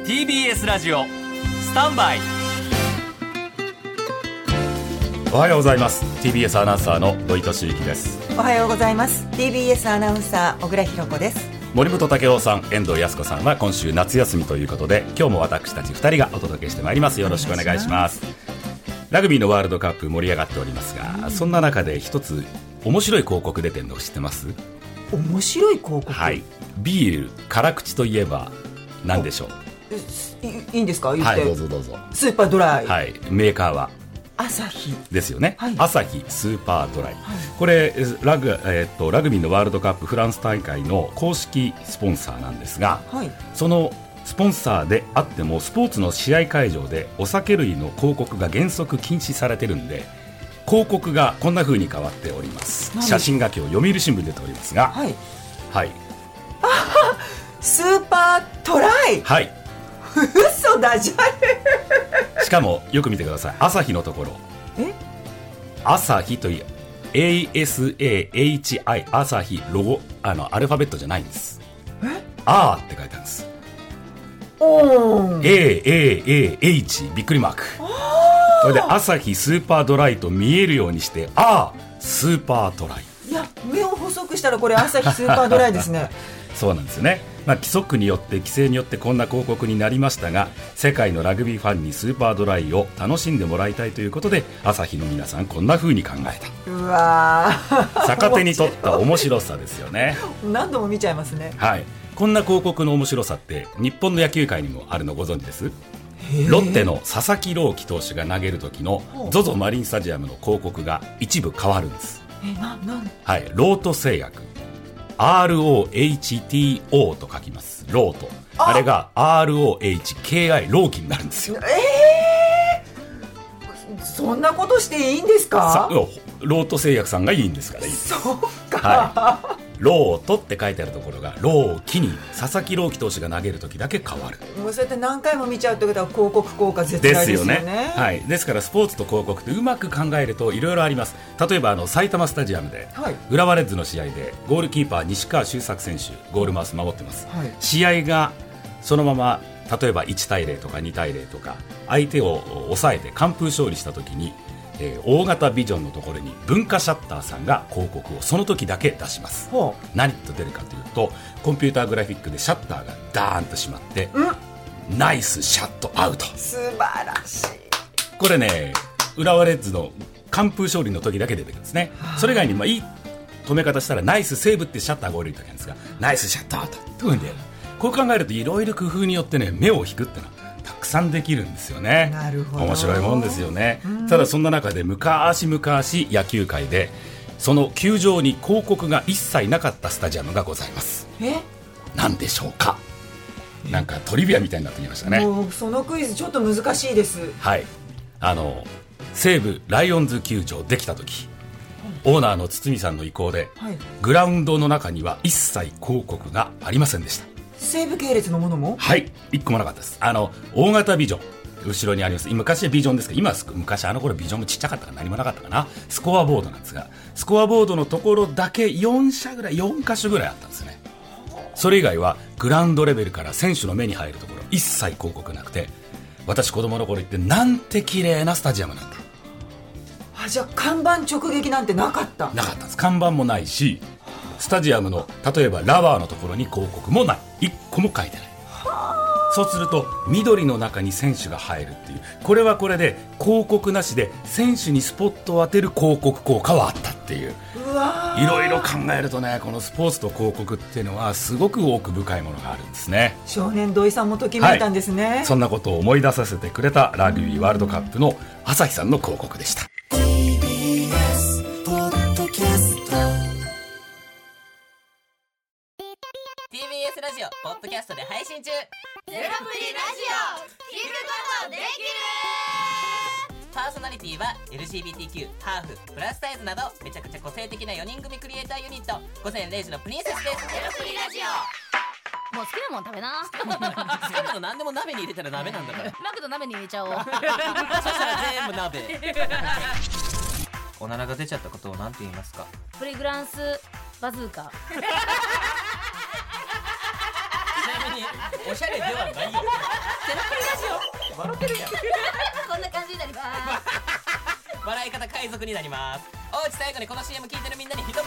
TBS ラジオスタンバイ。 おはようございます。 TBS アナウンサーの土井敏之です。 おはようございます。 TBS アナウンサー小倉弘子です。 森本武郎さん、遠藤康子さんは今週夏休みということで、今日も私たち2人がお届けしてまいります。よろしくお願いします。ラグビーのワールドカップ盛り上がっておりますが、そんな中で一つ面白い広告出てるのを知ってます？ 面白い広告、 はい、ビール辛口といえば何でしょう？ いいんですか？言って、 はい、どうぞどうぞ。 スーパードライ、 はい、メーカーはアサヒですよね、 はい、 アサヒスーパードライ、はい、これラグビーのワールドカップフランス大会の公式スポンサーなんですが、はい、そのスポンサーであってもスポーツの試合会場でお酒類の広告が原則禁止されてるんで、広告がこんな風に変わっております。写真が今日読売新聞に出ておりますが、はい、はい、 スーパードライ、 はい、 嘘だじゃるしかもよく見てください。アサヒのところ、アサヒという ASAHI アサヒロゴ、アルファベットじゃないんです。あーって書いてあるんです。AAAH びっくりマーク。それでアサヒスーパードライと見えるようにして、スーパードライ。 いや、目を細くしたらこれアサヒスーパードライですねそうなんですよね。規則によって規制によってこんな広告になりましたが、世界のラグビーファンにスーパードライを楽しんでもらいたいということで、アサヒの皆さんこんな風に考えた。 うわ逆手に取った面白さですよね何度も見ちゃいますね。 はい、こんな広告の面白さって日本の野球界にもあるのご存知です？ロッテの佐々木朗希投手が投げる時の ZOZO マリンスタジアムの広告が一部変わるんです。はい、ロート製薬、ROHTO と書きます。ロート、あれが ROHKI ローキになるんですよ。 そんなことしていいんですか？ ロート製薬さんがいいんですから。いいです。 そうか、 はい、ロートって書いてあるところがローキに、佐々木朗希投手が投げる時だけ変わる。 もうそうやって何回も見ちゃうってことは広告効果絶大ですよね。 ですよね。はい、ですからスポーツと広告ってうまく考えるといろいろあります。例えば埼玉スタジアムで、はい、浦和レッズの試合でゴールキーパー西川周作選手ゴールマウス守ってます、はい、試合がそのまま例えば1対0とか2対0とか相手を抑えて完封勝利した時に、大型ビジョンのところに文化シャッターさんが広告をその時だけ出します。何と出るかというと、コンピューターグラフィックでシャッターがダーンと閉まって、ナイスシャットアウト。 素晴らしい。 これね、浦和レッズの完封勝利の時だけ出てくるんですね。それ以外にいい止め方したらナイスセーブってシャッターが降りる時なんですが、ナイスシャットアウトという風に出る。こう考えるといろいろ工夫によってね、目を引くってのはたくさんできるんですよね。 なるほど、 面白いもんですよね。ただそんな中で昔々野球界でその球場に広告が一切なかったスタジアムがございます。何でしょうか？なんかトリビアみたいになってきましたね。 もうそのクイズちょっと難しいです。 はい、西武ライオンズ球場できた時、オーナーの堤さんの意向で、はい、グラウンドの中には一切広告がありませんでした。 西武系列のものも？ はい、1個もなかったです。大型ビジョン後ろにあります。昔はビジョンですけど、今は昔頃ビジョンもちっちゃかったから何もなかったかな。スコアボードなんですが、スコアボードのところだけ4箇所ぐらいあったんですね。それ以外はグラウンドレベルから選手の目に入るところ一切広告なくて、私子供の頃行ってなんて綺麗なスタジアムなんだ。 じゃあ看板直撃なんてなかったんです。看板もないし、スタジアムの例えばラバーのところに広告もない。1個も書いてない。そうすると緑の中に選手が入るっていう、これはこれで広告なしで選手にスポットを当てる広告効果はあったっていう。いろいろ考えるとね、このスポーツと広告っていうのはすごく奥深いものがあるんですね。 少年土井さんもときめいたんですね、 はい、そんなことを思い出させてくれたラグビーワールドカップの朝日さんの広告でした。 TBS ポッドキャスト TBS ラジオポッドキャストで配信中。 ゼロプリラジオ聞くことできる。 パーソナリティは LGBTQ、ハーフ、プラスサイズなどめちゃくちゃ個性的な4人組クリエイターユニット午前0時のプリンセスです。 ゼロプリラジオ。もう好きなもん食べな。 好きなの何でも鍋に入れたら鍋なんだから。 マクド鍋に入れちゃおう。 そしたら全部鍋。おならが出ちゃったことを何て言いますか？ プリグランスバズーカ。 ちなみにおしゃれではないよ。ゼロプリラジオ笑ってるやん。 こんな感じになります。 笑い方海賊になります。おうち最後にこの CM 聞いてるみんなに一言。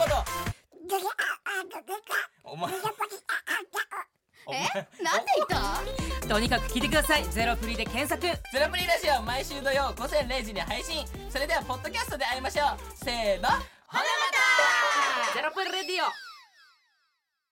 お前なんで言った？とにかく聞いてください。ゼロプリで検索。 ゼロプリラジオ毎週土曜午前0時に配信。それではポッドキャストで会いましょう。せーの、ほなまた。 ゼロプリレディオ。